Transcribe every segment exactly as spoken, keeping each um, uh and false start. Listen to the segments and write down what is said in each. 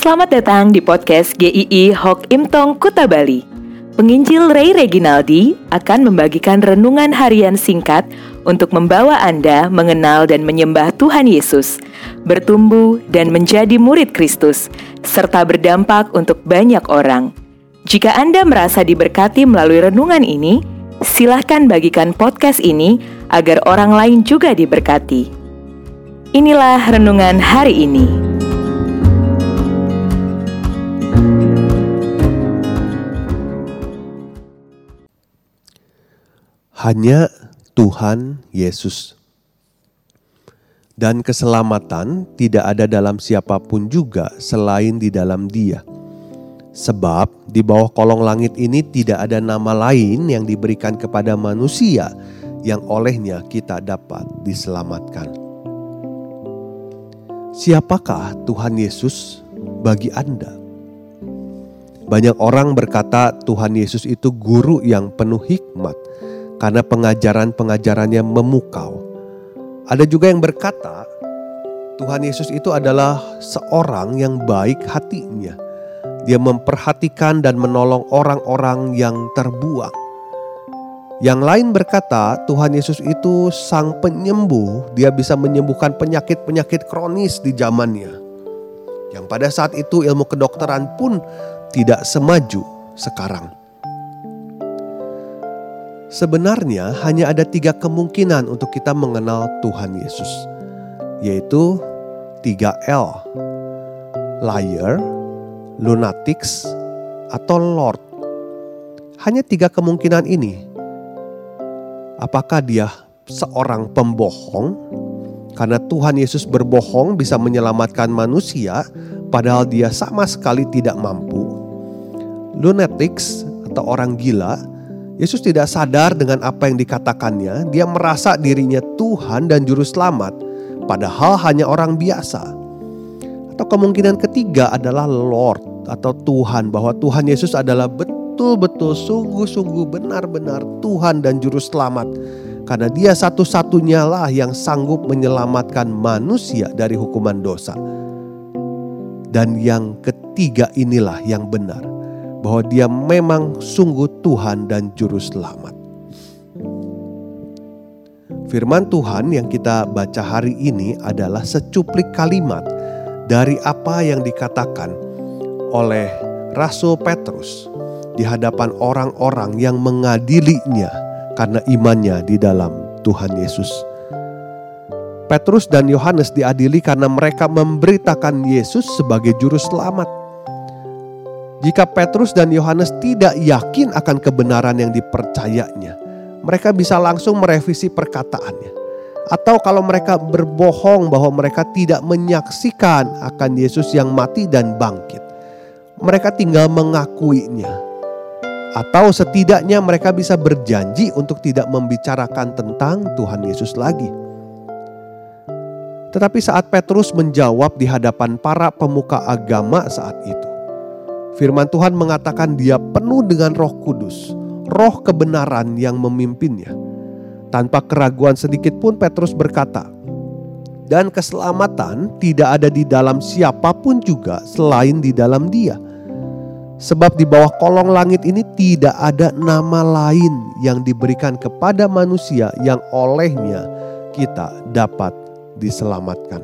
Selamat datang di podcast G I I Hok Imtong Kuta Bali. Penginjil Ray Reginaldi akan membagikan renungan harian singkat untuk membawa Anda mengenal dan menyembah Tuhan Yesus, bertumbuh dan menjadi murid Kristus, serta berdampak untuk banyak orang. Jika Anda merasa diberkati melalui renungan ini, silahkan bagikan podcast ini agar orang lain juga diberkati. Inilah renungan hari ini. Hanya Tuhan Yesus. Dan keselamatan tidak ada dalam siapapun juga selain di dalam Dia. Sebab di bawah kolong langit ini tidak ada nama lain yang diberikan kepada manusia yang olehnya kita dapat diselamatkan. Siapakah Tuhan Yesus bagi Anda? Banyak orang berkata Tuhan Yesus itu guru yang penuh hikmat, karena pengajaran-pengajarannya memukau. Ada juga yang berkata, Tuhan Yesus itu adalah seorang yang baik hatinya. Dia memperhatikan dan menolong orang-orang yang terbuang. Yang lain berkata, Tuhan Yesus itu sang penyembuh. Dia bisa menyembuhkan penyakit-penyakit kronis di zamannya. Yang pada saat itu ilmu kedokteran pun tidak semaju sekarang. Sebenarnya hanya ada tiga kemungkinan untuk kita mengenal Tuhan Yesus, yaitu tiga L, liar, lunatics, atau Lord. Hanya tiga kemungkinan ini. Apakah dia seorang pembohong? Karena Tuhan Yesus berbohong bisa menyelamatkan manusia, padahal dia sama sekali tidak mampu. Lunatics atau orang gila. Yesus tidak sadar dengan apa yang dikatakannya. Dia merasa dirinya Tuhan dan Juru Selamat, padahal hanya orang biasa. Atau kemungkinan ketiga adalah Lord atau Tuhan, bahwa Tuhan Yesus adalah betul-betul sungguh-sungguh benar-benar Tuhan dan Juru Selamat. Karena dia satu-satunya lah yang sanggup menyelamatkan manusia dari hukuman dosa. Dan yang ketiga inilah yang benar, bahwa dia memang sungguh Tuhan dan Juru Selamat. Firman Tuhan yang kita baca hari ini adalah secuplik kalimat dari apa yang dikatakan oleh Rasul Petrus di hadapan orang-orang yang mengadilinya karena imannya di dalam Tuhan Yesus. Petrus dan Yohanes diadili karena mereka memberitakan Yesus sebagai Juru Selamat. Jika Petrus dan Yohanes tidak yakin akan kebenaran yang dipercayanya, mereka bisa langsung merevisi perkataannya. Atau kalau mereka berbohong bahwa mereka tidak menyaksikan akan Yesus yang mati dan bangkit, mereka tinggal mengakuinya. Atau setidaknya mereka bisa berjanji untuk tidak membicarakan tentang Tuhan Yesus lagi. Tetapi saat Petrus menjawab di hadapan para pemuka agama saat itu, firman Tuhan mengatakan dia penuh dengan Roh Kudus, roh kebenaran yang memimpinnya. Tanpa keraguan sedikit pun Petrus berkata, dan keselamatan tidak ada di dalam siapapun juga selain di dalam Dia. Sebab di bawah kolong langit ini tidak ada nama lain yang diberikan kepada manusia yang olehnya kita dapat diselamatkan.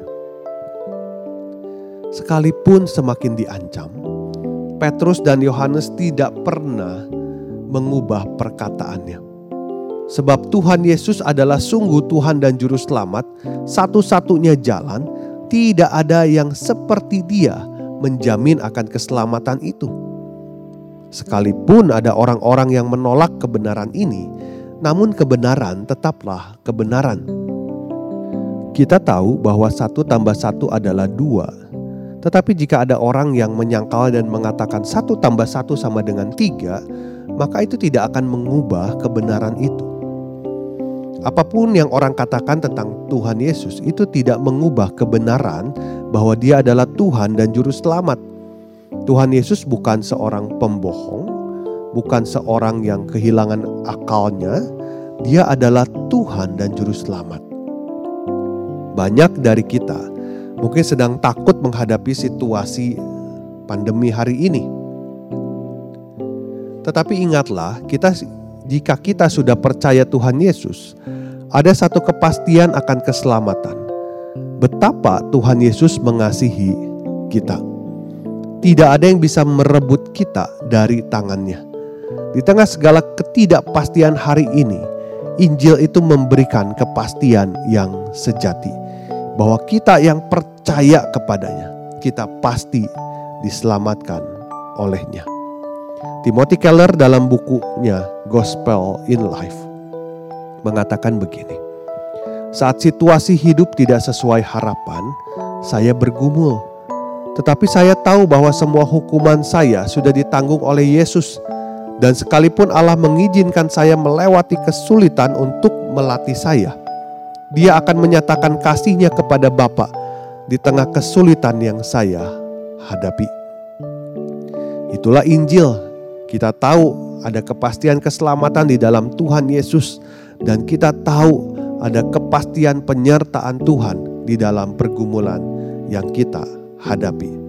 Sekalipun semakin diancam, Petrus dan Yohanes tidak pernah mengubah perkataannya. Sebab Tuhan Yesus adalah sungguh Tuhan dan Juru Selamat, satu-satunya jalan, tidak ada yang seperti Dia menjamin akan keselamatan itu. Sekalipun ada orang-orang yang menolak kebenaran ini, namun kebenaran tetaplah kebenaran. Kita tahu bahwa satu tambah satu adalah dua. Tetapi jika ada orang yang menyangkal dan mengatakan satu tambah satu sama dengan tiga, maka itu tidak akan mengubah kebenaran itu. Apapun yang orang katakan tentang Tuhan Yesus itu tidak mengubah kebenaran bahwa Dia adalah Tuhan dan Juru Selamat. Tuhan Yesus bukan seorang pembohong, bukan seorang yang kehilangan akalnya. Dia adalah Tuhan dan Juru Selamat. Banyak dari kita mungkin sedang takut menghadapi situasi pandemi hari ini. Tetapi ingatlah, kita jika kita sudah percaya Tuhan Yesus, ada satu kepastian akan keselamatan. Betapa Tuhan Yesus mengasihi kita. Tidak ada yang bisa merebut kita dari tangannya. Di tengah segala ketidakpastian hari ini, Injil itu memberikan kepastian yang sejati. Bahwa kita yang percaya kepadanya, kita pasti diselamatkan olehnya. Timothy Keller dalam bukunya Gospel in Life mengatakan begini. Saat situasi hidup tidak sesuai harapan, saya bergumul. Tetapi saya tahu bahwa semua hukuman saya sudah ditanggung oleh Yesus. Dan sekalipun Allah mengizinkan saya melewati kesulitan untuk melatih saya, Dia akan menyatakan kasih-Nya kepada Bapa di tengah kesulitan yang saya hadapi. Itulah Injil. Kita tahu ada kepastian keselamatan di dalam Tuhan Yesus, dan kita tahu ada kepastian penyertaan Tuhan di dalam pergumulan yang kita hadapi.